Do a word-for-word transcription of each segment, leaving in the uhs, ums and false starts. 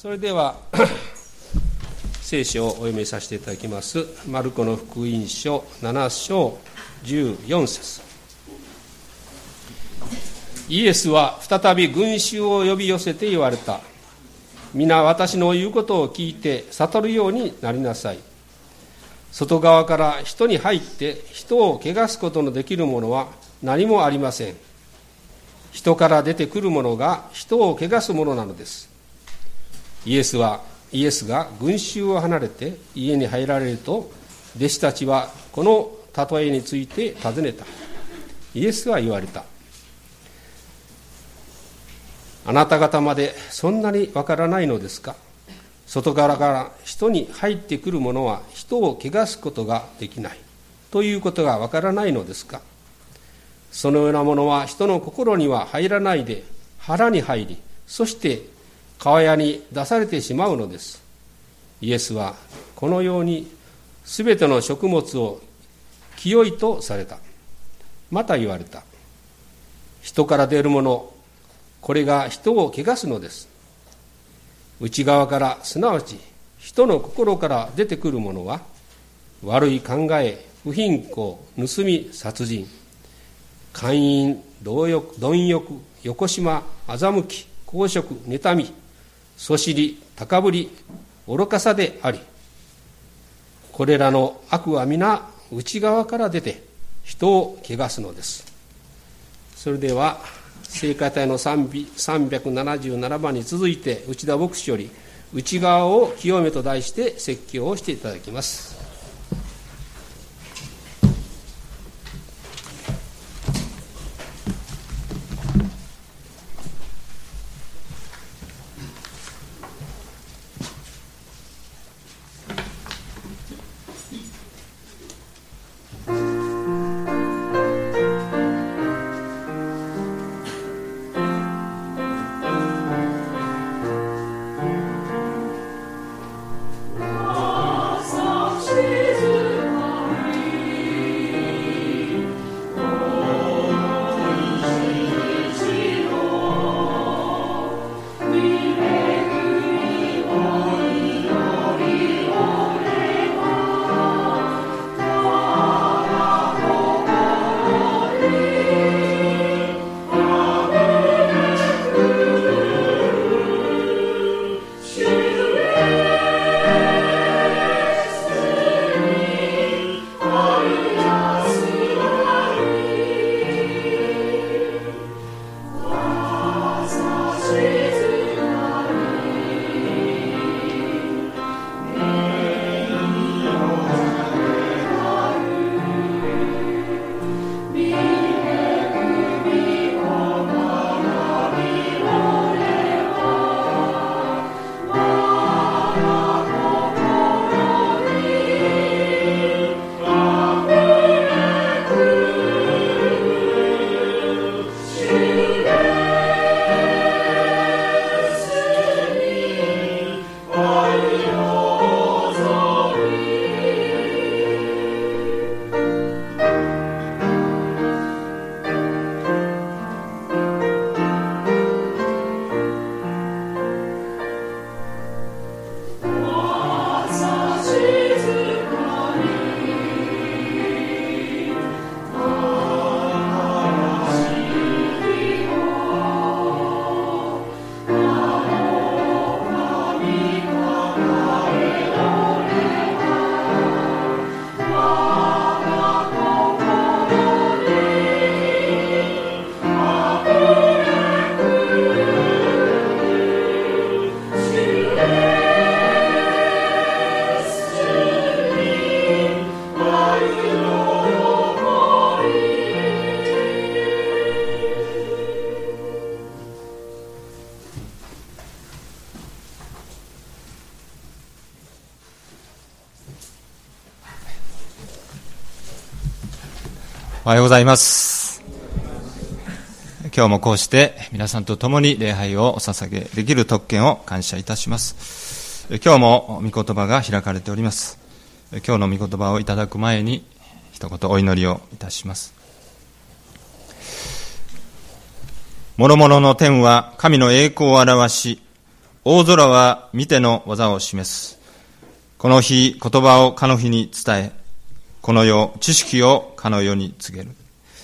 それでは聖書をお読みさせていただきます。マルコの福音書なな章じゅうよん節。イエスは再び群衆を呼び寄せて言われた。皆私の言うことを聞いて悟るようになりなさい。外側から人に入って人を汚すことのできるものは何もありません。人から出てくるものが人を汚すものなのです。イエスはイエスが群衆を離れて家に入られると、弟子たちはこの例えについて尋ねた。イエスは言われた。あなた方までそんなにわからないのですか。外側から人に入ってくるものは人を汚すことができないということがわからないのですか。そのようなものは人の心には入らないで腹に入り、そして川屋に出されてしまうのです。イエスはこのようにすべての食物を清いとされた。また言われた。人から出るもの、これが人を汚すのです。内側から、すなわち人の心から出てくるものは、悪い考え、不貧困、盗み、殺人、姦淫、貪欲、貪欲、よこしま、欺き、公職、妬み、そしり、高ぶり、愚かさであり、これらの悪は皆内側から出て人を汚すのです。それでは聖歌隊のさんびゃくななじゅうななばんに続いて、内田牧師より内側を清めと題して説教をしていただきます。 おはようございます。今日もこうして皆さんと共に礼拝をお捧げできる特権を感謝いたします。今日も御言葉が開かれております。今日の御言葉をいただく前に一言お祈りをいたします。諸々の天は神の栄光を表し、 大空は見ての技を示す。この日、言葉をかの日に伝え、この世、知識をかの世に告げる。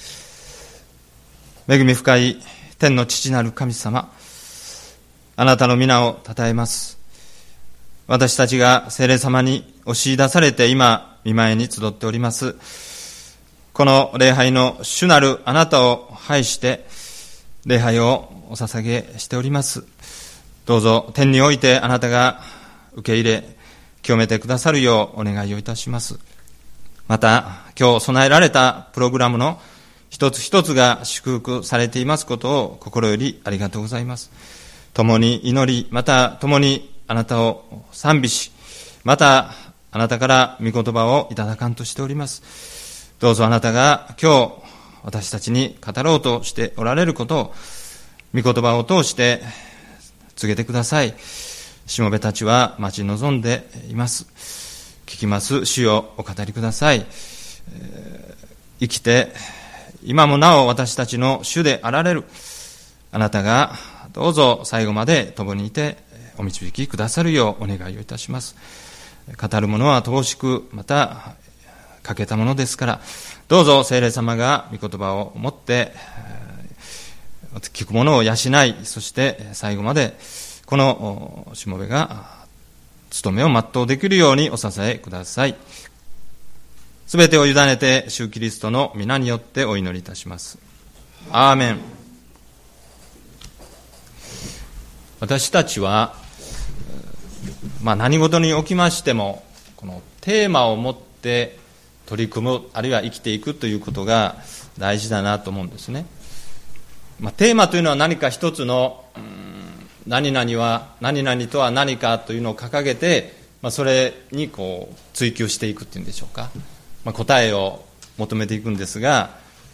恵み深い天の父なる神様、あなたの皆を称えます。私たちが聖霊様に押し出されて今、御前に集っております。この礼拝の主なるあなたを拝して、礼拝をお捧げしております。どうぞ天においてあなたが受け入れ、清めてくださるようお願いをいたします。また、今日備えられたプログラムの一つ一つが祝福されていますことを心よりありがとうございます。共に祈り、また共にあなたを賛美し、またあなたから御言葉をいただかんとしております。どうぞあなたが今日私たちに語ろうとしておられることを御言葉を通して告げてください。しもべたちは待ち望んでいます。聞きます主よお語りください。生きて今もなお私たちの主であられるあなたがどうぞ最後まで共にいてお導きくださるようお願いをいたします。語るものは乏しく、また欠けたものですから、どうぞ聖霊様が御言葉を持って聞くものを養い、そして最後までこのしもべが務めを全うできるようにお支えください。すべてを委ねて主キリストの皆によってお祈りいたします。アーメン。私たちは、まあ、何事におきましてもこのテーマを持って取り組む、あるいは生きていくということが大事だなと思うんですね。まあ、テーマというのは何か一つの、うーん何々は何々とは何かというのを掲げて、まあ、それにこう追求していくっていうんでしょうか、まあ、答えを求めていくんですが、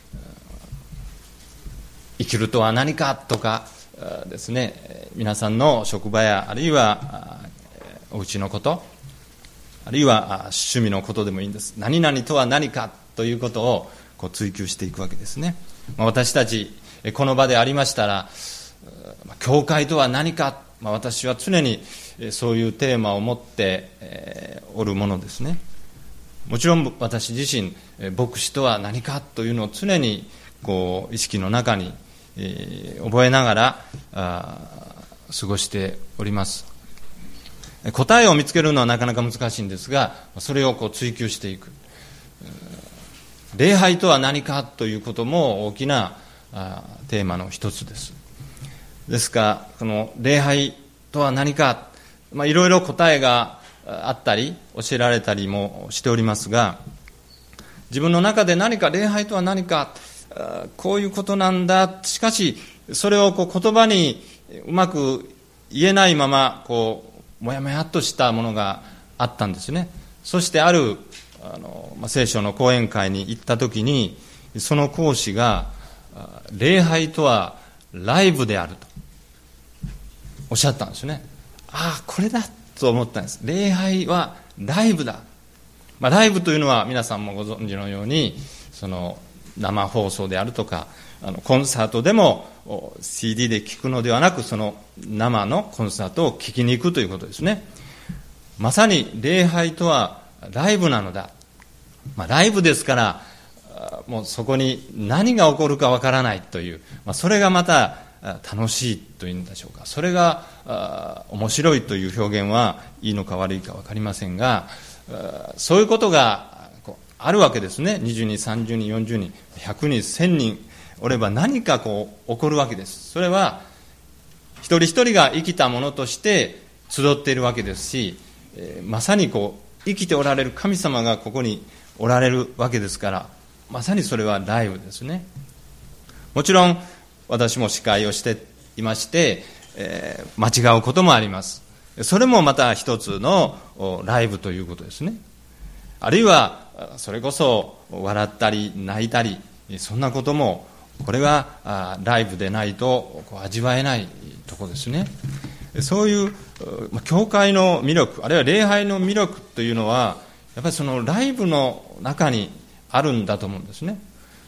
生きるとは何かとかですね、皆さんの職場やあるいはお家のこと、あるいは趣味のことでもいいんです。何々とは何かということをこう追求していくわけですね。まあ、私たちこの場でありましたら、教会とは何か、まあ、私は常にそういうテーマを持っておるものですね。もちろん私自身牧師とは何かというのを常にこう意識の中に覚えながら過ごしております。答えを見つけるのはなかなか難しいんですが、それをこう追求していく。礼拝とは何かということも大きなテーマの一つです。ですからこの礼拝とは何か、まあ、いろいろ答えがあったり教えられたりもしておりますが、自分の中で何か礼拝とは何か、こういうことなんだ、しかしそれをこう言葉にうまく言えないままこうもやもやっとしたものがあったんですね。そしてあるあの、まあ、聖書の講演会に行った時に、その講師が礼拝とはライブであるとおっしゃったんですね。ああ、これだと思ったんです。礼拝はライブだ。まあ、ライブというのは皆さんもご存知のように、その生放送であるとか、あのコンサートでも シーディー で聴くのではなく、その生のコンサートを聴きに行くということですね。まさに礼拝とはライブなのだ。まあ、ライブですから、もうそこに何が起こるかわからないという、まあ、それがまた楽しいというんでしょうか。それが面白いという表現はいいのか悪いか分かりませんが、そういうことがあるわけですね。にじゅうにん、さんじゅうにん、よんじゅうにん、ひゃくにん、せんにんおれば何かこう起こるわけです。それは一人一人が生きたものとして集っているわけですし、まさにこう生きておられる神様がここにおられるわけですから、まさにそれはライブですね。もちろん私も司会をしていまして、えー、間違うこともあります。それもまた一つのライブということですね。あるいはそれこそ笑ったり泣いたり、そんなこともこれはライブでないと味わえないところですね。そういう教会の魅力、あるいは礼拝の魅力というのはやっぱりそのライブの中にあるんだと思うんですね。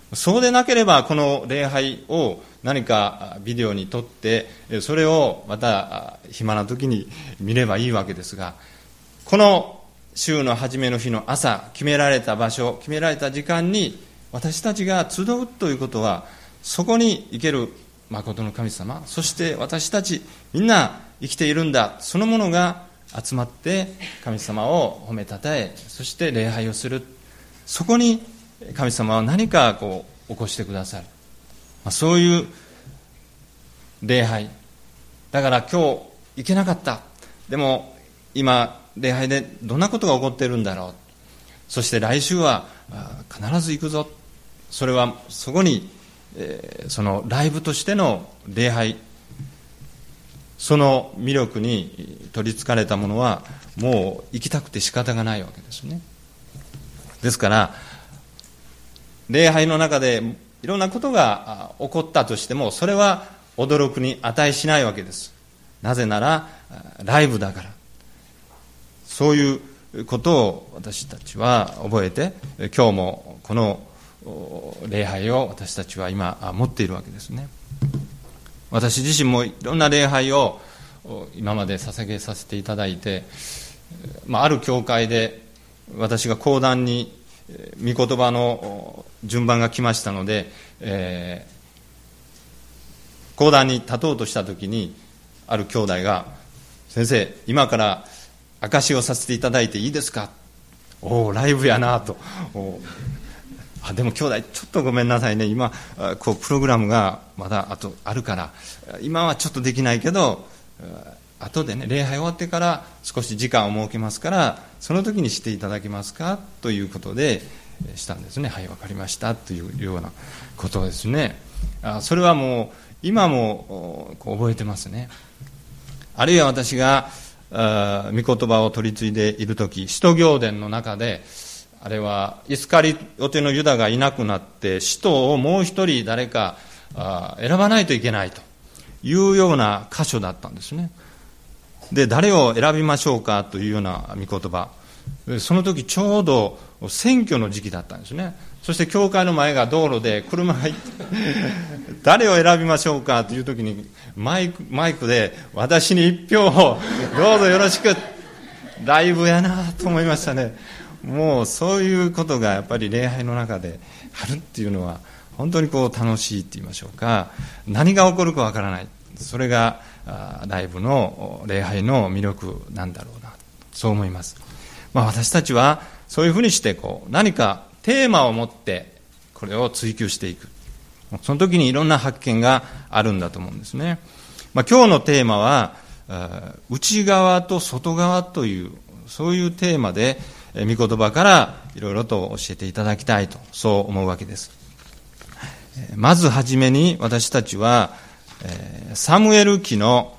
そうでなければこの礼拝を何かビデオに撮ってそれをまた暇な時に見ればいいわけですが、この週の初めの日の朝、決められた場所、決められた時間に私たちが集うということは、そこに生ける誠の神様、そして私たちみんな生きているんだ、そのものが集まって神様を褒めたたえ、そして礼拝をする。そこに神様は何かこう起こしてくださる、まあ、そういう礼拝だから。今日行けなかった、でも今礼拝でどんなことが起こっているんだろう、そして来週は必ず行くぞ、それはそこに、えー、そのライブとしての礼拝、その魅力に取りつかれたものはもう行きたくて仕方がないわけですね。ですから礼拝の中でいろんなことが起こったとしても、それは驚くに値しないわけです。なぜならライブだから。そういうことを私たちは覚えて、今日もこの礼拝を私たちは今持っているわけですね。私自身もいろんな礼拝を今まで捧げさせていただいて、まあ、ある教会で私が講談に御言葉の順番が来ましたので、えー、講談に立とうとしたときに、ある兄弟が、先生、今から証しをさせていただいていいですか。おお、ライブやなと。あ、でも兄弟、ちょっとごめんなさいね、今こうプログラムがまだあとあるから今はちょっとできないけど、後でね、礼拝終わってから少し時間を設けますから、その時にしていただけますかということでしたんですね。はい、わかりましたというようなことですね。あ、それはもう今もこう覚えてますね。あるいは私があ御言葉を取り継いでいる時、使徒行伝の中で、あれはイスカリオテのユダがいなくなって使徒をもう一人誰かあ選ばないといけないというような箇所だったんですね。で、誰を選びましょうかというような御言葉、その時ちょうど選挙の時期だったんですね。そして教会の前が道路で車が行って誰を選びましょうかという時にマイク、マイクで私に一票をどうぞよろしく、ライブやなと思いましたね。もうそういうことがやっぱり礼拝の中であるっていうのは本当にこう楽しいって言いましょうか、何が起こるかわからない、それがライブの礼拝の魅力なんだろうな、そう思います。まあ、私たちはそういうふうにしてこう何かテーマを持ってこれを追求していく、その時にいろんな発見があるんだと思うんですね。まあ、今日のテーマは内側と外側というそういうテーマで御言葉からいろいろと教えていただきたいと、そう思うわけです。まずはじめに私たちはサムエル記の、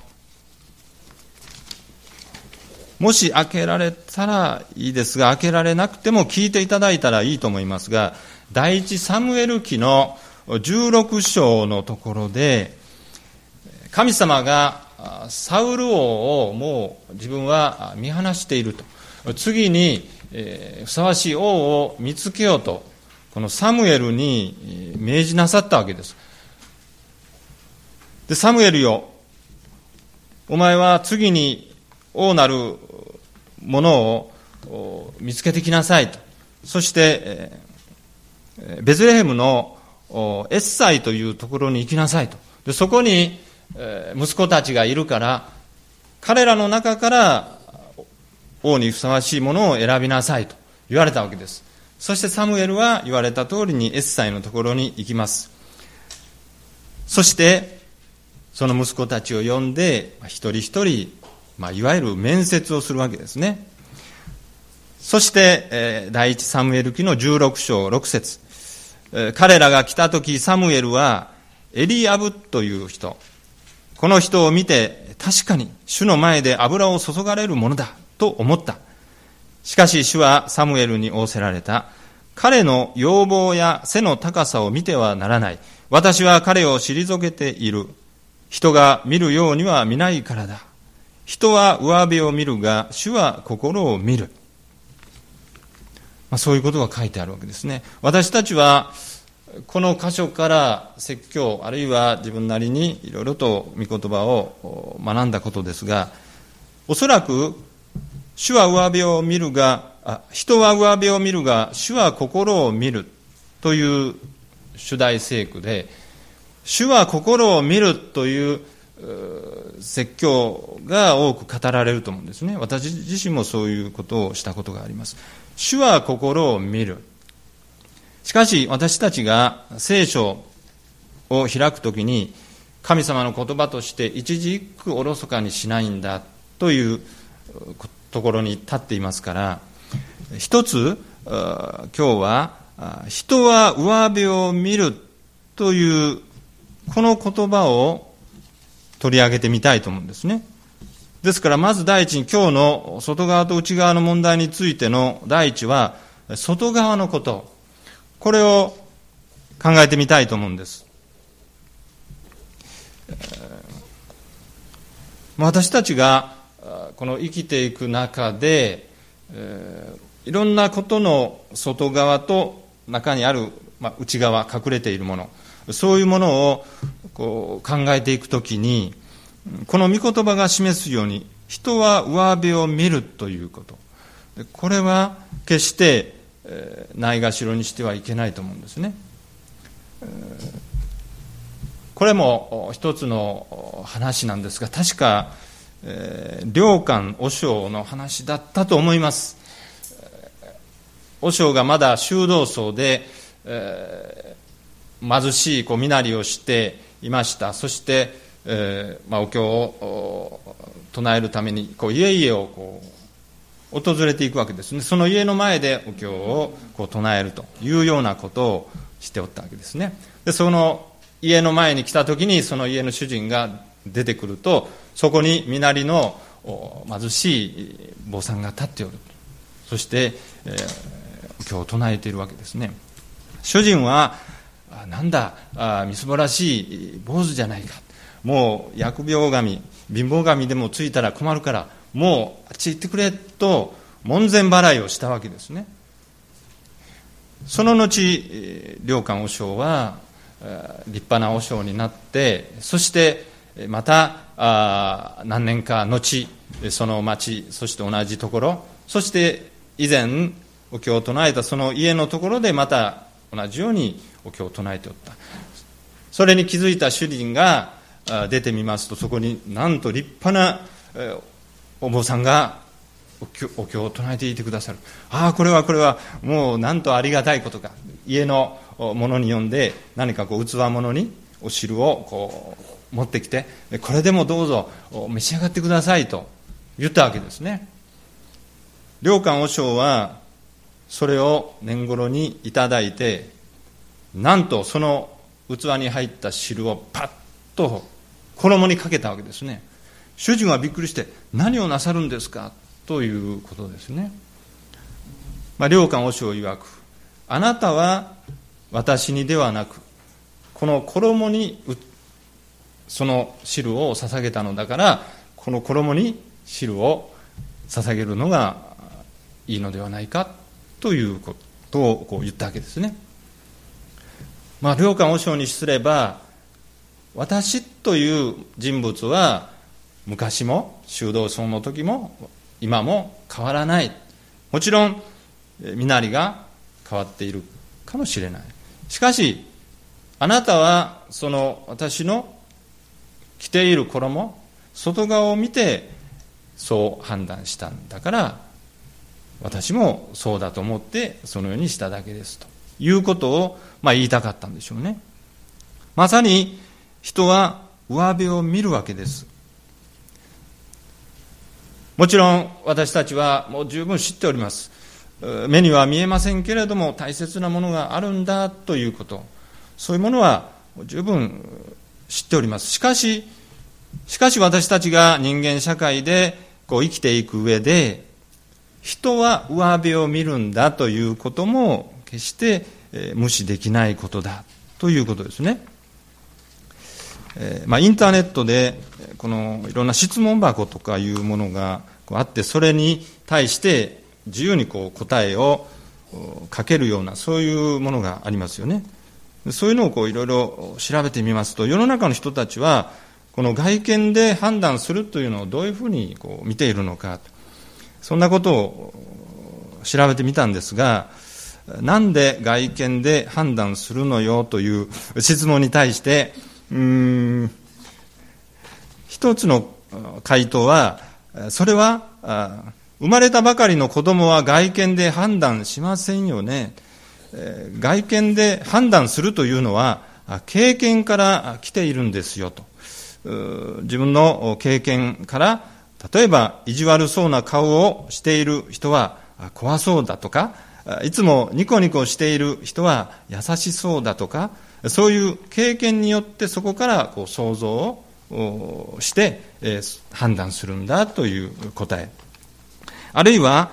もし開けられたらいいですが、開けられなくても聞いていただいたらいいと思いますが、第一サムエル記のじゅうろく章のところで、神様がサウル王をもう自分は見放していると、次にふさわしい王を見つけようと、このサムエルに命じなさったわけです。で、サムエルよ、お前は次に王なるものを見つけてきなさいと。そしてベツレヘムのエッサイというところに行きなさいと。で、そこに息子たちがいるから、彼らの中から王にふさわしいものを選びなさいと言われたわけです。そしてサムエルは言われた通りにエッサイのところに行きます。そしてその息子たちを呼んで一人一人、まあ、いわゆる面接をするわけですね。そして、えー、第一サムエル記のじゅうろく章ろく節、えー、彼らが来たときサムエルはエリアブという人、この人を見て確かに主の前で油を注がれるものだと思った。しかし主はサムエルに仰せられた。彼の容貌や背の高さを見てはならない。私は彼を退けている。人が見るようには見ないからだ。人は上辺を見るが主は心を見る。まあ、そういうことが書いてあるわけですね。私たちはこの箇所から説教、あるいは自分なりにいろいろと御言葉を学んだことですが、おそらく主は上辺を見るが、あ人は上辺を見るが、主は心を見るという主題聖句で、主は心を見るという説教が多く語られると思うんですね。私自身もそういうことをしたことがあります。主は心を見る。しかし私たちが聖書を開くときに、神様の言葉として一字一句おろそかにしないんだというところに立っていますから、一つ今日は人は上辺を見るというこの言葉を取り上げてみたいと思うんですね。ですからまず第一に今日の外側と内側の問題についての第一は外側のこと、これを考えてみたいと思うんです。私たちがこの生きていく中で、いろんなことの外側と中にある、まあ、内側、隠れているもの、そういうものをこう考えていくときに、この御言葉が示すように、人は上辺を見るということ。これは決してないがしろにしてはいけないと思うんですね。これも一つの話なんですが、確か良寛和尚の話だったと思います。和尚がまだ修道僧で、えー、貧しいこう身なりをしていました。そして、えーまあ、お経を唱えるためにこう家々をこう訪れていくわけですね。その家の前でお経をこう唱えるというようなことをしておったわけですね。でその家の前に来た時にその家の主人が出てくると、そこに身なりの貧しい坊さんが立っておる。そして、えーお経を唱えているわけですね。主人はなんだみすぼらしい坊主じゃないか、もう疫病神貧乏神でもついたら困るからもうあっち行ってくれと門前払いをしたわけですね。その後良寛和尚は立派な和尚になって、そしてまた何年か後その町、そして同じところ、そして以前お経を唱えたその家のところでまた同じようにお経を唱えておった。それに気づいた主人が出てみますと、そこになんと立派なお坊さんがお経、お経を唱えていてくださる。ああ、これはこれはもうなんとありがたいことか。家のものに読んで何かこう器物にお汁をこう持ってきて、これでもどうぞ召し上がってくださいと言ったわけですね。良寛和尚はそれを年頃にいただいて、なんとその器に入った汁をパッと衣にかけたわけですね。主人はびっくりして、何をなさるんですかということですね。まあ、良寛和尚曰く、あなたは私にではなくこの衣にその汁を捧げたのだから、この衣に汁を捧げるのがいいのではないかということをこう言ったわけですね。まあ、良寛和尚にすれば、私という人物は昔も修道僧の時も今も変わらない。もちろん身なりが変わっているかもしれない。しかしあなたはその私の着ている衣、外側を見てそう判断したんだから、私もそうだと思ってそのようにしただけですということを、まあ、言いたかったんでしょうね。まさに人は上辺を見るわけです。もちろん私たちはもう十分知っております。目には見えませんけれども大切なものがあるんだということ、そういうものは十分知っております。しかししかし私たちが人間社会でこう生きていく上で、人は上辺を見るんだということも決して無視できないことだということですね。えーまあ、インターネットでこのいろんな質問箱とかいうものがあって、それに対して自由にこう答えをかけるようなそういうものがありますよね。 そういうのをこういろいろ調べてみますと、世の中の人たちはこの外見で判断するというのをどういうふうにこう見ているのか、そんなことを調べてみたんですが、なんで外見で判断するのよという質問に対して、うーん一つの回答は、それは生まれたばかりの子供は外見で判断しませんよね。外見で判断するというのは経験から来ているんですよと。自分の経験から、例えば意地悪そうな顔をしている人は怖そうだとか、いつもニコニコしている人は優しそうだとか、そういう経験によってそこからこう想像をして判断するんだという答え。あるいは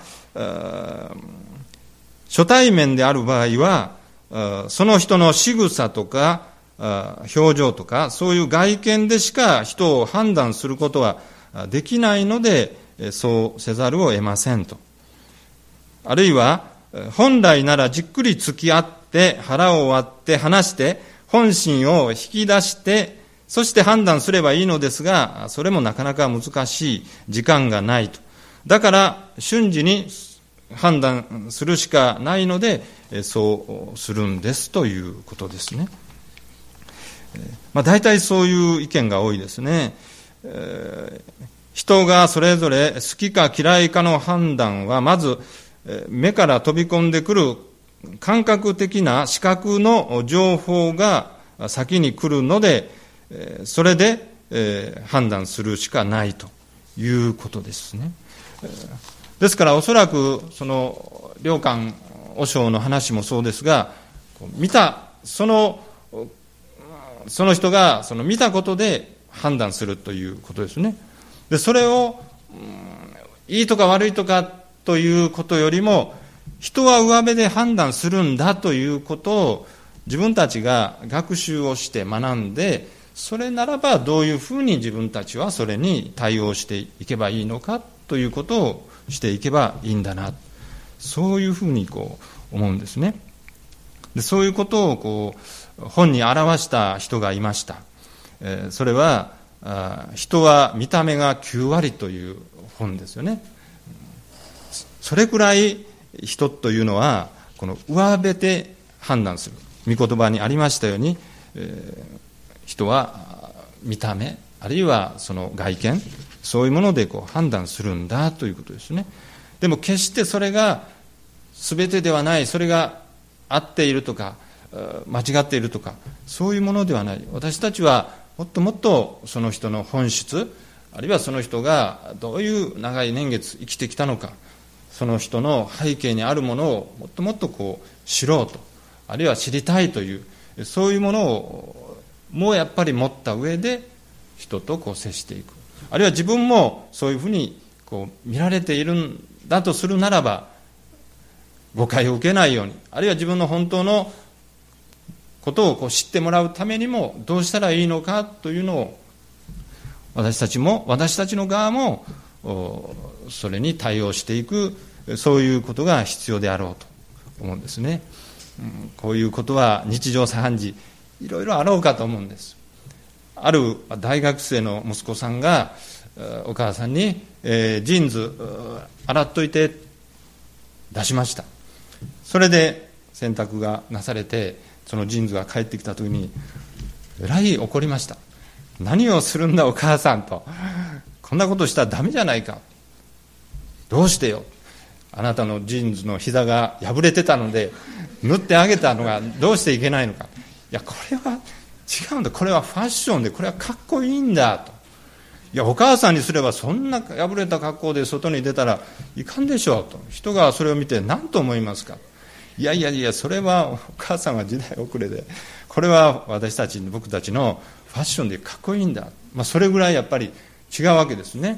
初対面である場合は、その人の仕草とか表情とか、そういう外見でしか人を判断することはできないので、そうせざるを得ませんと。あるいは本来ならじっくり付き合って腹を割って話して本心を引き出してそして判断すればいいのですが、それもなかなか難しい、時間がないと。だから瞬時に判断するしかないのでそうするんですということですね。まあ、大体そういう意見が多いですね。えー、人がそれぞれ好きか嫌いかの判断はまず目から飛び込んでくる感覚的な視覚の情報が先に来るので、それで判断するしかないということですね。ですからおそらくその良寛和尚の話もそうですが、見たそのその人がその見たことで判断するということですね。でそれを、うん、いいとか悪いとかということよりも、人は上辺で判断するんだということを自分たちが学習をして学んで、それならばどういうふうに自分たちはそれに対応していけばいいのかということをしていけばいいんだな、そういうふうにこう思うんですね。でそういうことをこう本に表した人がいました。えー、それはあ人は見た目がきゅうわりという本ですよね。それくらい人というのはこの上辺で判断する。御言葉にありましたように、えー、人は見た目あるいはその外見、そういうものでこう判断するんだということですね。でも決してそれが全てではない、それが合っているとか間違っているとか、そういうものではない。私たちはもっともっとその人の本質、あるいはその人がどういう長い年月生きてきたのか、その人の背景にあるものをもっともっとこう知ろうと、あるいは知りたいという、そういうものをもうやっぱり持った上で人とこう接していく。あるいは自分もそういうふうにこう見られているんだとするならば、誤解を受けないように、あるいは自分の本当のことをこう知ってもらうためにもどうしたらいいのかというのを、私たちも私たちの側もそれに対応していく、そういうことが必要であろうと思うんですね。こういうことは日常茶飯事いろいろあろうかと思うんです。ある大学生の息子さんがお母さんに、えー、ジーンズ洗っといて出しました。それで洗濯がなされて、そのジーンズが帰ってきたときにえらい怒りました。何をするんだお母さんと、こんなことしたらダメじゃないか、どうしてよ、あなたのジーンズの膝が破れてたので縫ってあげたのがどうしていけないのか。いやこれは違うんだ、これはファッションで、これはかっこいいんだと。いやお母さんにすればそんな破れた格好で外に出たらいかんでしょうと、人がそれを見て何と思いますか。いやいやいや、それはお母さんは時代遅れで、これは私たち僕たちのファッションでかっこいいんだ、まあ、それぐらいやっぱり違うわけですね。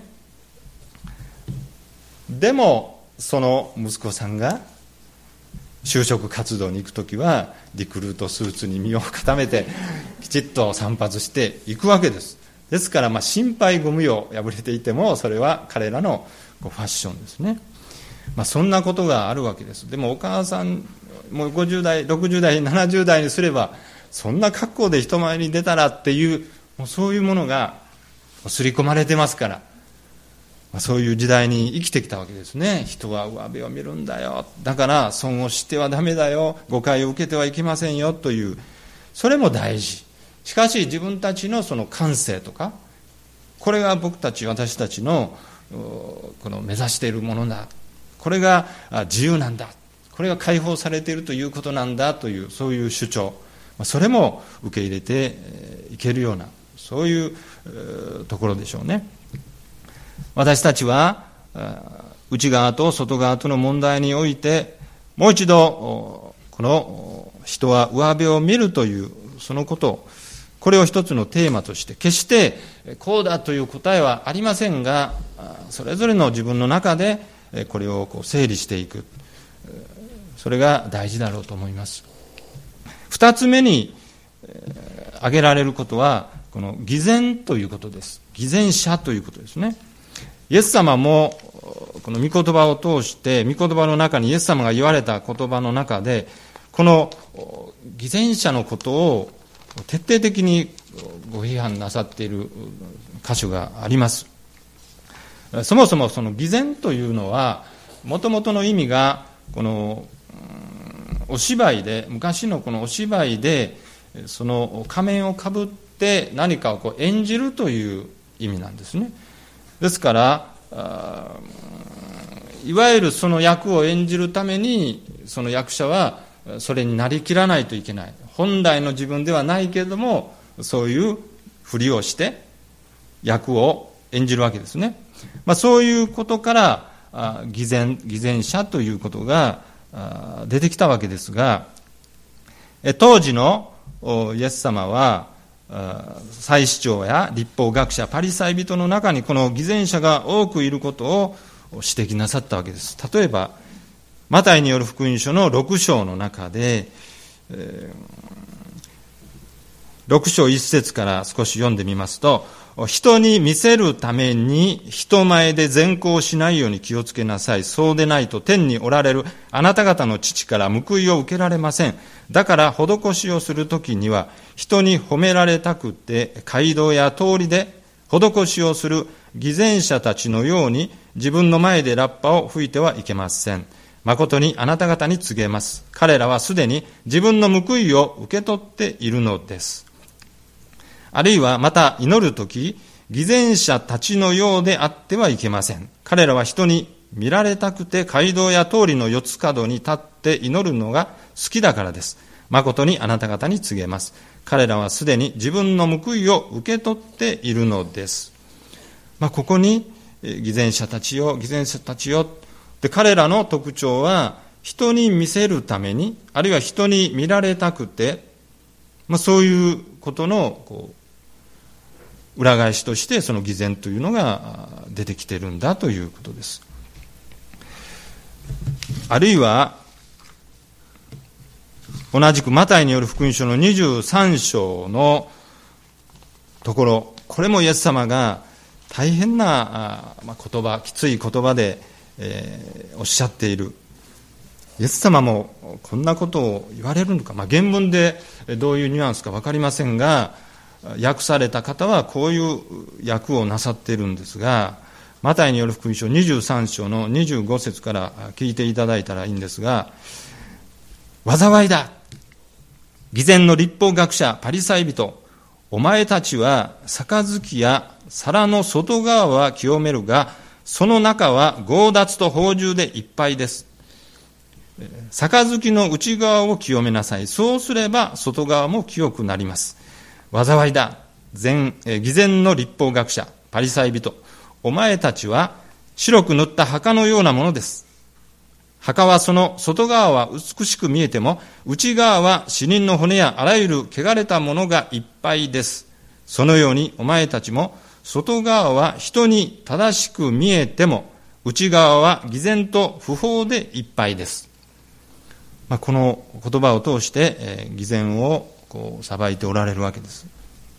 でもその息子さんが就職活動に行くときはリクルートスーツに身を固めてきちっと散髪していくわけです。ですからまあ心配ゴムを破れていてもそれは彼らのファッションですね。まあ、そんなことがあるわけです。でもお母さんもうごじゅう代ろくじゅう代ななじゅう代にすればそんな格好で人前に出たらっていう、もうそういうものが刷り込まれてますから、そういう時代に生きてきたわけですね。人は上辺を見るんだよ、だから損をしてはダメだよ、誤解を受けてはいけませんよという、それも大事。しかし自分たちのその感性とか、これが僕たち私たちのこの目指しているものだ、これが自由なんだ、これが解放されているということなんだという、そういう主張、それも受け入れていけるような、そういうところでしょうね。私たちは内側と外側との問題において、もう一度この人は上辺を見るというそのことを、これを一つのテーマとして、決してこうだという答えはありませんが、それぞれの自分の中でこれをこう整理していく、それが大事だろうと思います。二つ目に挙げられることは、この偽善ということです。偽善者ということですね。イエス様もこの御言葉を通して、御言葉の中にイエス様が言われた言葉の中で、この偽善者のことを徹底的にご批判なさっている箇所があります。そもそもその偽善というのは、もともとの意味がこのお芝居で、昔のこのお芝居でその仮面をかぶって何かをこう演じるという意味なんですね。ですからいわゆるその役を演じるために、その役者はそれになりきらないといけない。本来の自分ではないけれども、そういうふりをして役を演じるわけですね。まあ、そういうことからあ偽善、偽善者ということがあ出てきたわけですが、え当時のイエス様は祭司長や律法学者、パリサイ人の中にこの偽善者が多くいることを指摘なさったわけです。例えばマタイによる福音書のろく章の中で、えー、ろく章いち節から少し読んでみますと、人に見せるために人前で善行しないように気をつけなさい。そうでないと天におられるあなた方の父から報いを受けられません。だから施しをするときには、人に褒められたくて街道や通りで施しをする偽善者たちのように自分の前でラッパを吹いてはいけません。誠にあなた方に告げます。彼らはすでに自分の報いを受け取っているのです。あるいはまた祈るとき、偽善者たちのようであってはいけません。彼らは人に見られたくて街道や通りの四つ角に立って祈るのが好きだからです。誠にあなた方に告げます。彼らはすでに自分の報いを受け取っているのです。まあ、ここに偽善者たちよ、偽善者たちよ。で、彼らの特徴は人に見せるために、あるいは人に見られたくて、まあ、そういうことのこう裏返しとしてその偽善というのが出てきているんだということです。あるいは同じくマタイによる福音書のにじゅうさん章のところ、これもイエス様が大変な言葉、きつい言葉で、えー、おっしゃっている。イエス様もこんなことを言われるのか、まあ、原文でどういうニュアンスか分かりませんが、訳された方はこういう訳をなさっているんですが、マタイによる福音書にじゅうさん章のにじゅうご節から聞いていただいたらいいんですが、災いだ、偽善の律法学者パリサイ人、お前たちは杯や皿の外側は清めるが、その中は強奪と放縦でいっぱいです。杯の内側を清めなさい。そうすれば外側も清くなります。災いだ、善、偽善の律法学者パリサイ人、お前たちは白く塗った墓のようなものです。墓はその外側は美しく見えても、内側は死人の骨やあらゆる汚れたものがいっぱいです。そのようにお前たちも外側は人に正しく見えても、内側は偽善と不法でいっぱいです。まあ、この言葉を通して、えー、偽善をこう裁いておられるわけです。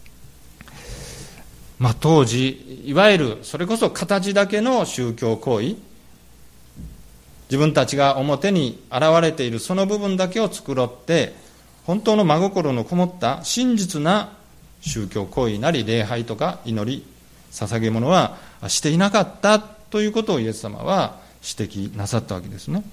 まあ、当時いわゆるそれこそ形だけの宗教行為、自分たちが表に現れているその部分だけを繕って、 本当の真心のこもった真実な宗教行為なり礼拝とか祈り捧げ物はしていなかったということをイエス様は指摘なさったわけですね。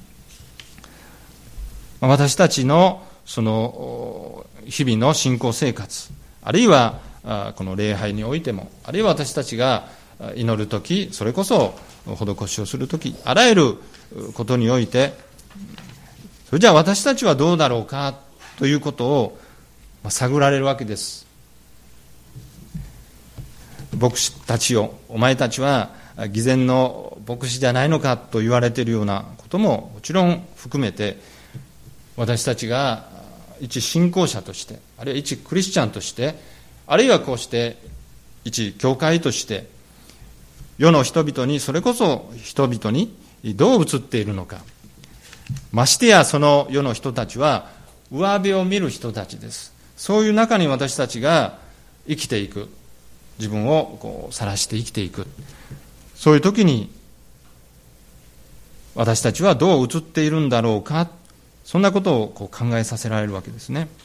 私たちのその日々の信仰生活、あるいはこの礼拝においても、あるいは私たちが祈るとき、それこそ施しをするとき、あらゆることにおいて、それじゃあ私たちはどうだろうかということを探られるわけです。牧師たちよ、お前たちは偽善の牧師じゃないのかと言われているようなことももちろん含めて、私たちが一信仰者として、あるいは一クリスチャンとして、あるいはこうして一教会として、世の人々に、それこそ人々にどう映っているのか。ましてやその世の人たちは上辺を見る人たちです。そういう中に私たちが生きていく、自分をこう晒して生きていく、そういう時に私たちはどう映っているんだろうか、そんなことをこう考えさせられるわけですね。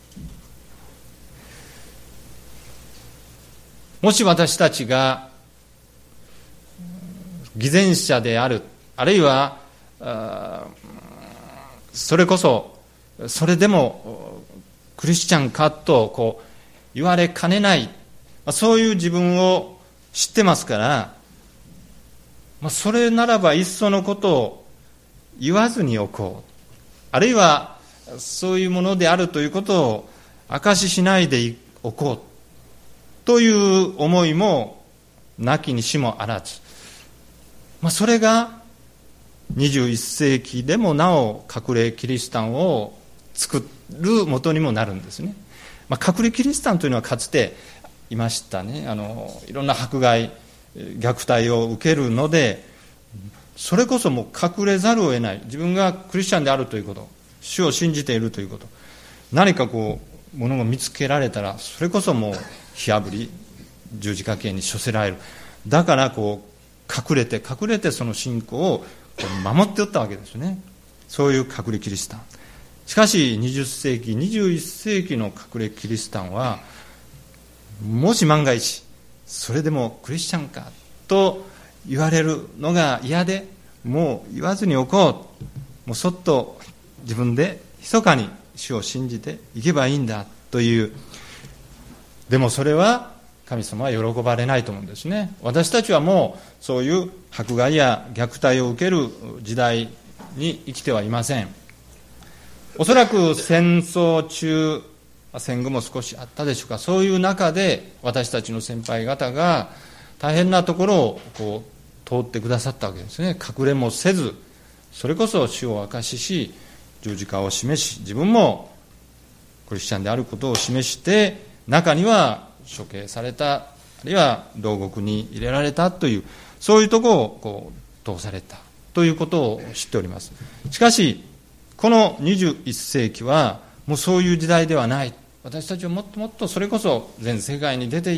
もし私たちが偽善者である、あるいはそれこそそれでもクリスチャンかとこう言われかねない、そういう自分を知ってますから、それならばいっそのことを言わずにおこう、あるいはそういうものであるということを証ししないでおこうという思いもなきにしもあらず、まあ、それがにじゅういっ世紀でもなお隠れキリシタンを作る元にもなるんですね。まあ、隠れキリシタンというのはかつていましたね。あのいろんな迫害虐待を受けるので、それこそもう隠れざるを得ない、自分がクリスチャンであるということ、主を信じているということ、何かこうものが見つけられたらそれこそもう火あぶり十字架刑に処せられる。だからこう隠れて隠れてその信仰を守っておったわけですね。そういう隠れキリシタン。しかしにじゅっ世紀にじゅういっ世紀の隠れキリシタンは、もし万が一それでもクリスチャンかと言われるのが嫌で、もう言わずにおこう、もうそっと自分で密かに主を信じていけばいいんだという。でもそれは神様は喜ばれないと思うんですね。私たちはもうそういう迫害や虐待を受ける時代に生きてはいません。おそらく戦争中、戦後も少しあったでしょうか、そういう中で私たちの先輩方が大変なところをこう通ってくださったわけですね。隠れもせず、それこそ主を証しし、十字架を示し、自分もクリスチャンであることを示して、中には処刑された、あるいは牢獄に入れられたという、そういうところをこう通されたということを知っております。しかしこのにじゅういっ世紀はもうそういう時代ではない。私たちはもっともっとそれこそ全世界に出て行って、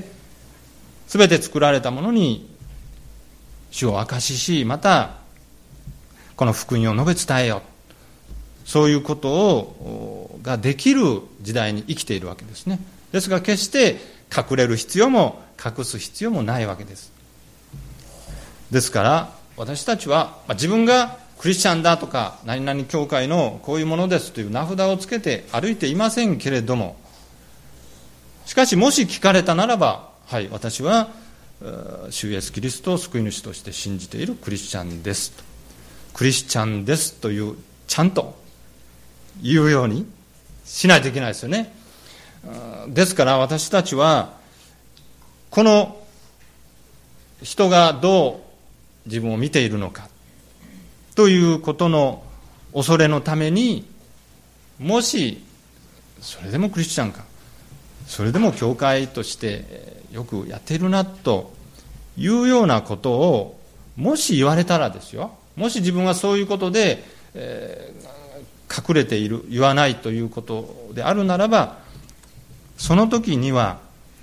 すべて作られたものに主を証しし、またこの福音を述べ伝えよ、そういうことをができる時代に生きているわけですね。ですが決して隠れる必要も隠す必要もないわけです。ですから私たちは自分がクリスチャンだとか何々教会のこういうものですという名札をつけて歩いていませんけれども、しかしもし聞かれたならば、はい、私は主イエスキリストを救い主として信じているクリスチャンですと、クリスチャンですというちゃんと言うようにしないといけないですよね。ですから私たちはこの人がどう自分を見ているのかということの恐れのために、もしそれでもクリスチャンか、それでも教会としてよくやっているなというようなことをもし言われたらですよ、もし自分はそういうことで、えー、隠れている、言わないということであるならば、その時には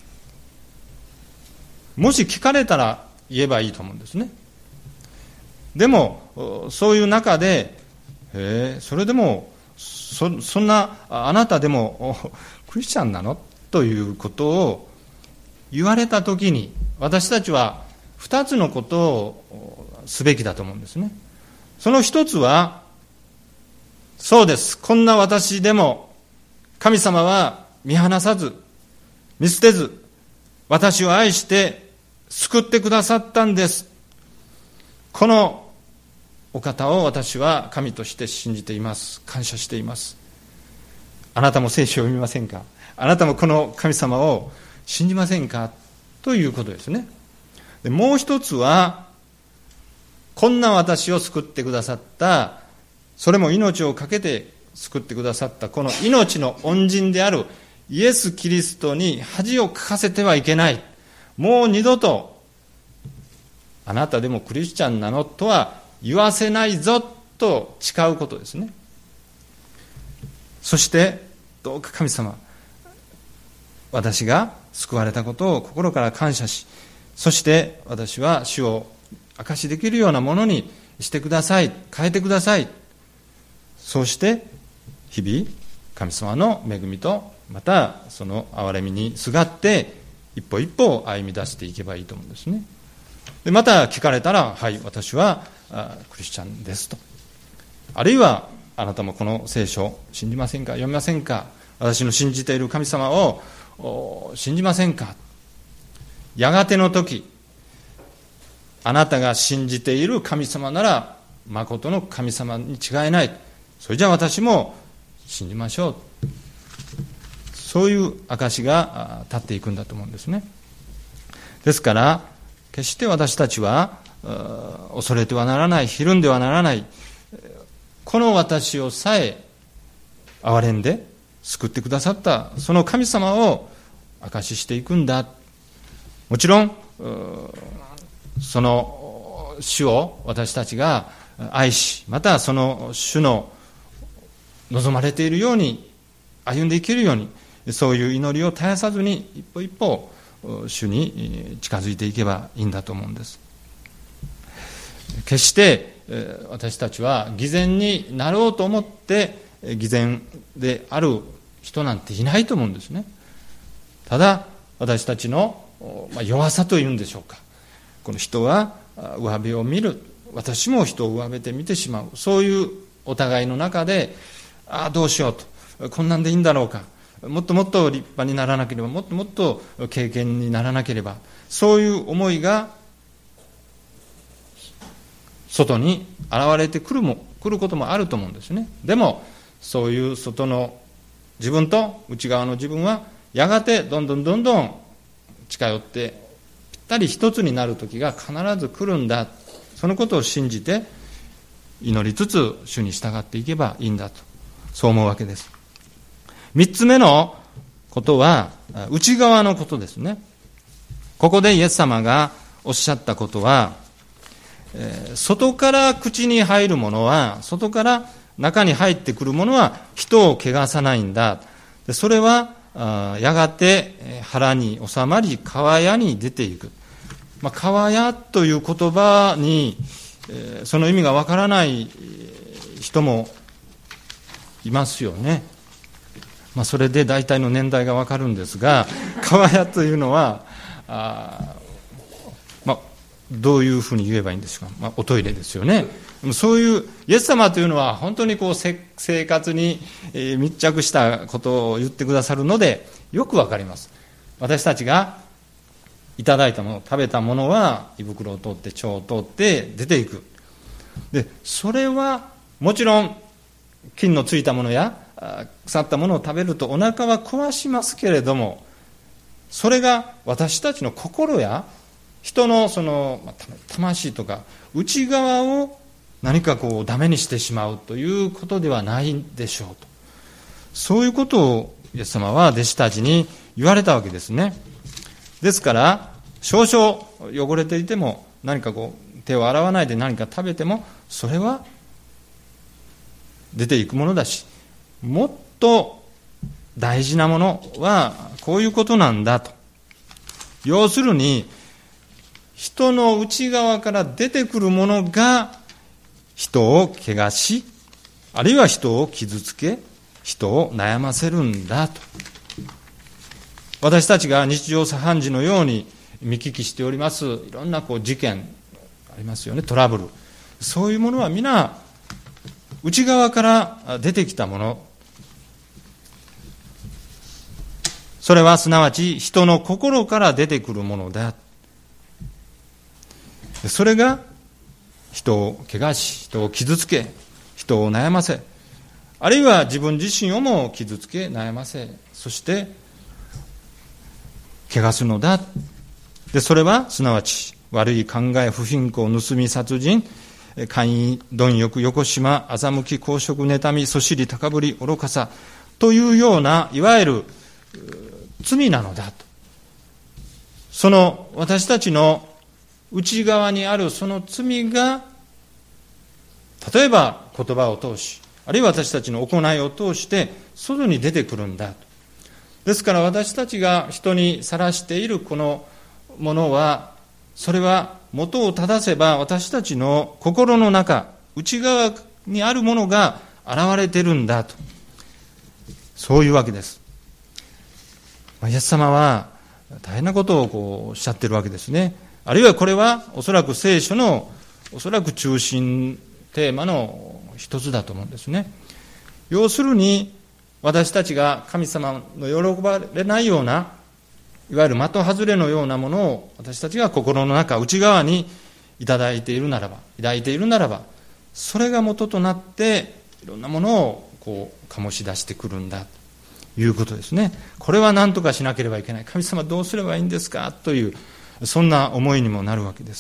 もし聞かれたら言えばいいと思うんですね。でもそういう中で、えー、それでもそ, そんなあなたでもクリスチャンなのということを言われたときに、私たちは二つのことをすべきだと思うんですね。その一つは、そうです、こんな私でも神様は見放さず見捨てず私を愛して救ってくださったんです。このお方を私は神として信じています。感謝しています。あなたも聖書を読みませんか？あなたもこの神様を信じませんか？ということですね。でもう一つは、こんな私を救ってくださった、それも命を懸けて救ってくださったこの命の恩人であるイエス・キリストに恥をかかせてはいけない。もう二度とあなたでもクリスチャンなのとは言わせないぞと誓うことですね。そしてどうか神様、私が救われたことを心から感謝し、そして私は主を証しできるようなものにしてください、変えてください。そうして日々神様の恵みとまたその憐れみにすがって一歩一歩歩み出していけばいいと思うんですね。でまた聞かれたら、はい、私はクリスチャンですと。あるいはあなたもこの聖書を信じませんか、読みませんか、私の信じている神様を信じませんか。やがての時、あなたが信じている神様なら誠の神様に違いない。それじゃあ私も信じましょう。そういう証が立っていくんだと思うんですね。ですから決して私たちは恐れてはならない、ひるんではならない、この私をさえ憐れんで救ってくださったその神様を証ししていくんだ。もちろんその主を私たちが愛し、またその主の望まれているように歩んでいけるように、そういう祈りを絶やさずに一歩一歩主に近づいていけばいいんだと思うんです。決して私たちは偽善になろうと思って偽善である人なんていないと思うんですね。ただ私たちの弱さというんでしょうか、この人は上辺を見る、私も人を上辺で見てしまう、そういうお互いの中で、ああどうしようと、こんなんでいいんだろうか、もっともっと立派にならなければ、もっともっと経験にならなければ、そういう思いが外に現れてくるも来ることもあると思うんですね。でもそういう外の自分と内側の自分はやがてどんどんどんどん近寄ってぴったり一つになる時が必ず来るんだ。そのことを信じて祈りつつ主に従っていけばいいんだと、そう思うわけです。三つ目のことは内側のことですね。ここでイエス様がおっしゃったことは、外から口に入るものは、外から中に入ってくるものは人を汚さないんだ。それはやがて腹に収まり皮屋に出ていく。まあ、皮屋という言葉にその意味がわからない人もいますよね。まあ、それで大体の年代がわかるんですが、皮屋というのはあ、まあ、どういうふうに言えばいいんですか、まあ、おトイレですよね。そういうイエス様というのは本当にこう生活に密着したことを言ってくださるのでよくわかります。私たちがいただいたもの、食べたものは胃袋を通って腸を通って出ていく。でそれはもちろん菌のついたものや腐ったものを食べるとお腹は壊しますけれども、それが私たちの心や人のその魂とか内側を何かこうダメにしてしまうということではないんでしょうと、そういうことをイエス様は弟子たちに言われたわけですね。ですから少々汚れていても何かこう手を洗わないで何か食べてもそれは出ていくものだし、もっと大事なものはこういうことなんだと。要するに人の内側から出てくるものが人を汚し、あるいは人を傷つけ、 人を悩ませるんだと。私たちが日常茶飯事のように見聞きしておりますいろんなこう事件ありますよね、トラブル。そういうものは皆内側から出てきたもの。それはすなわち人の心から出てくるものだ。それが人を怪我し、人を傷つけ、人を悩ませ、あるいは自分自身をも傷つけ悩ませ、そして怪我するのだ。でそれはすなわち悪い考え、不貧困、盗み、殺人、姦淫、貪欲、よこしま、欺き、公職、妬み、そしり、高ぶり、愚かさというようないわゆる罪なのだと。その私たちの内側にあるその罪が、例えば言葉を通し、あるいは私たちの行いを通して外に出てくるんだと。ですから私たちが人にさらしているこのものは、それは元を正せば私たちの心の中、内側にあるものが現れているんだと。そういうわけです。イエス様は大変なことをこうおっしゃっているわけですね。あるいはこれはおそらく聖書のおそらく中心テーマの一つだと思うんですね。要するに私たちが神様の喜ばれないような、いわゆる的外れのようなものを私たちが心の中、内側にいただいているならば、抱いているならば、それが元となっていろんなものをこう醸し出してくるんだということですね。これは何とかしなければいけない。神様どうすればいいんですかという、そんな思いにもなるわけです。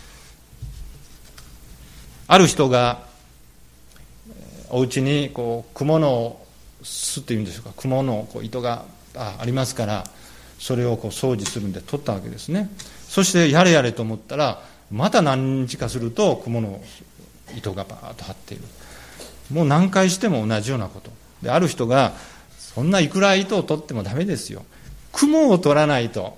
ある人がお家にこう蜘蛛の巣っていうんでしょうか、蜘蛛のこう糸がありますから、それをこう掃除するんで取ったわけですね。そしてやれやれと思ったら、また何日かすると蜘蛛の糸がバーッと張っている。もう何回しても同じようなことで、ある人が、そんないくら糸を取ってもダメですよ、蜘蛛を取らないと。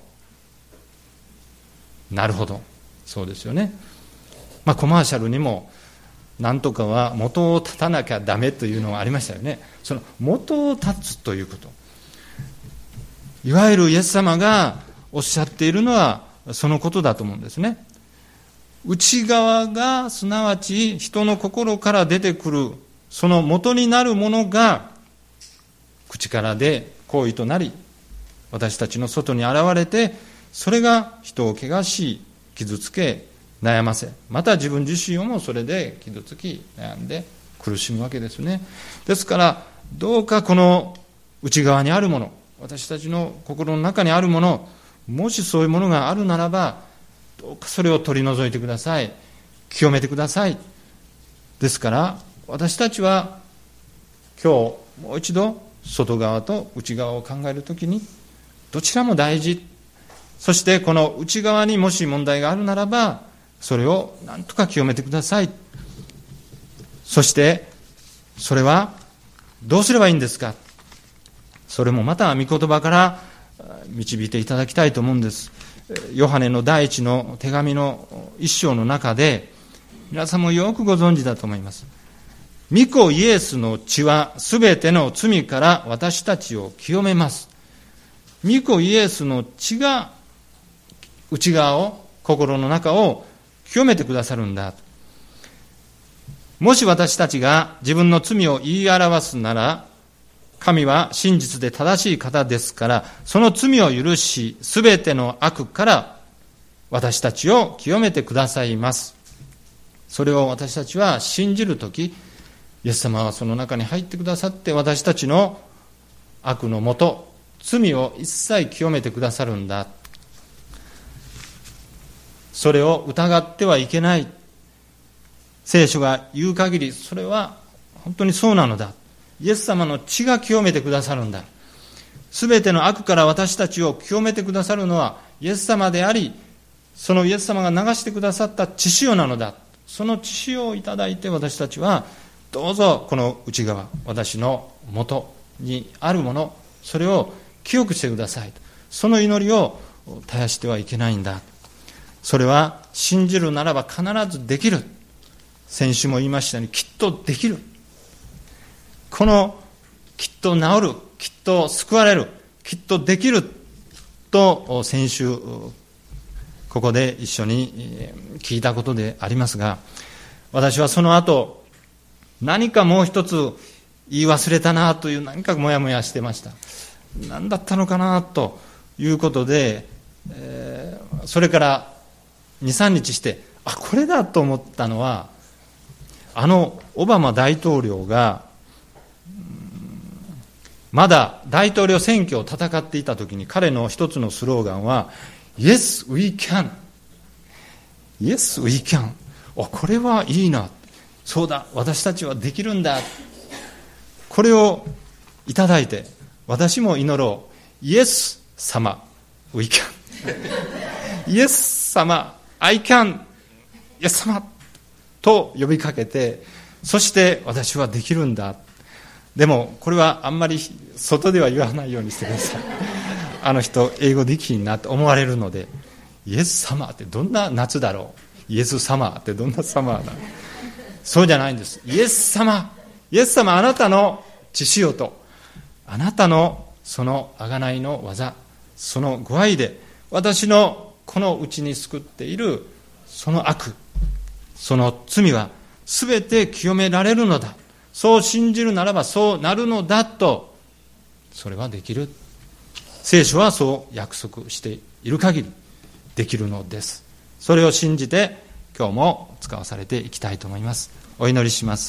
なるほど、そうですよね。まあコマーシャルにもなんとかは元を立たなきゃダメというのがありましたよね。その元を立つということ、いわゆるイエス様がおっしゃっているのはそのことだと思うんですね。内側がすなわち人の心から出てくるその元になるものが口からで行為となり、私たちの外に現れて、それが人を汚し傷つけ悩ませ、また自分自身をもそれで傷つき悩んで苦しむわけですね。ですからどうかこの内側にあるもの、私たちの心の中にあるもの、もしそういうものがあるならば、どうかそれを取り除いてください。清めてください。ですから私たちは今日もう一度外側と内側を考えるときに、どちらも大事。そしてこの内側にもし問題があるならば、それを何とか清めてください。そしてそれはどうすればいいんですか。それもまた御言葉から導いていただきたいと思うんです。ヨハネの第一の手紙の一章の中で、皆さんもよくご存知だと思います。御子イエスの血はすべての罪から私たちを清めます。御子イエスの血が内側を、心の中を清めてくださるんだ。もし私たちが自分の罪を言い表すなら、神は真実で正しい方ですから、その罪を許し、すべての悪から私たちを清めてくださいます。それを私たちは信じるとき、イエス様はその中に入ってくださって、私たちの悪のもと、罪を一切清めてくださるんだ。それを疑ってはいけない。聖書が言う限り、それは本当にそうなのだ。イエス様の血が清めてくださるんだ。すべての悪から私たちを清めてくださるのはイエス様であり、そのイエス様が流してくださった血潮なのだ。その血潮をいただいて、私たちはどうぞこの内側、私の元にあるもの、それを清くしてください。その祈りを絶やしてはいけないんだ。それは信じるならば必ずできる。先週も言いましたように、きっとできる。このきっと治る、きっと救われる、きっとできると先週ここで一緒に聞いたことでありますが、私はその後何かもう一つ言い忘れたなという何かもやもやしてました。何だったのかなということで、えー、それからに、さんにちしてあこれだと思ったのは、あのオバマ大統領がまだ大統領選挙を戦っていたときに彼の一つのスローガンは Yes, we can Yes, we can おこれはいいな、そうだ私たちはできるんだ、これをいただいて私も祈ろう。 Yes 様 we can Yes 様 I can Yes 様と呼びかけて、そして私はできるんだ。でもこれはあんまり外では言わないようにしてくださいあの人英語できひんなって思われるので、イエス様ってどんな夏だろう、イエス様ってどんなサマーだ、そうじゃないんです。イエス様、イエス様あなたの血潮とあなたのその贖いの技、そのご愛で私のこのうちに救っているその悪、その罪はすべて清められるのだ、そう信じるならばそうなるのだと、それはできる。聖書はそう約束している限りできるのです。それを信じて今日も使わされていきたいと思います。お祈りします。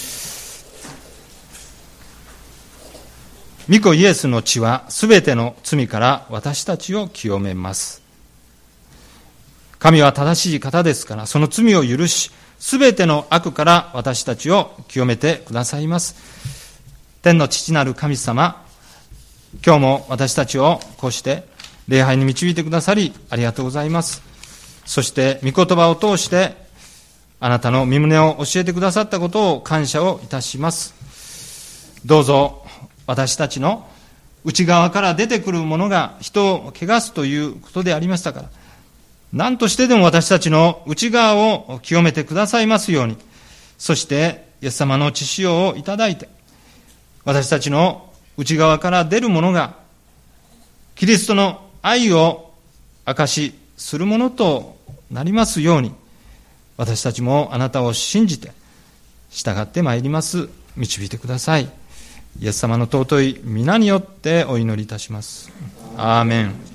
御子イエスの血はすべての罪から私たちを清めます。神は正しい方ですから、その罪を許しすべての悪から私たちを清めてくださいます。天の父なる神様、今日も私たちをこうして礼拝に導いてくださりありがとうございます。そして御言葉を通してあなたの御胸を教えてくださったことを感謝をいたします。どうぞ私たちの内側から出てくるものが人を汚すということでありましたから、何としてでも私たちの内側を清めてくださいますように、そしてイエス様の血潮をいただいて、私たちの内側から出るものがキリストの愛を証しするものとなりますように、私たちもあなたを信じて従ってまいります。導いてください。イエス様の尊い皆によってお祈りいたします。アーメン。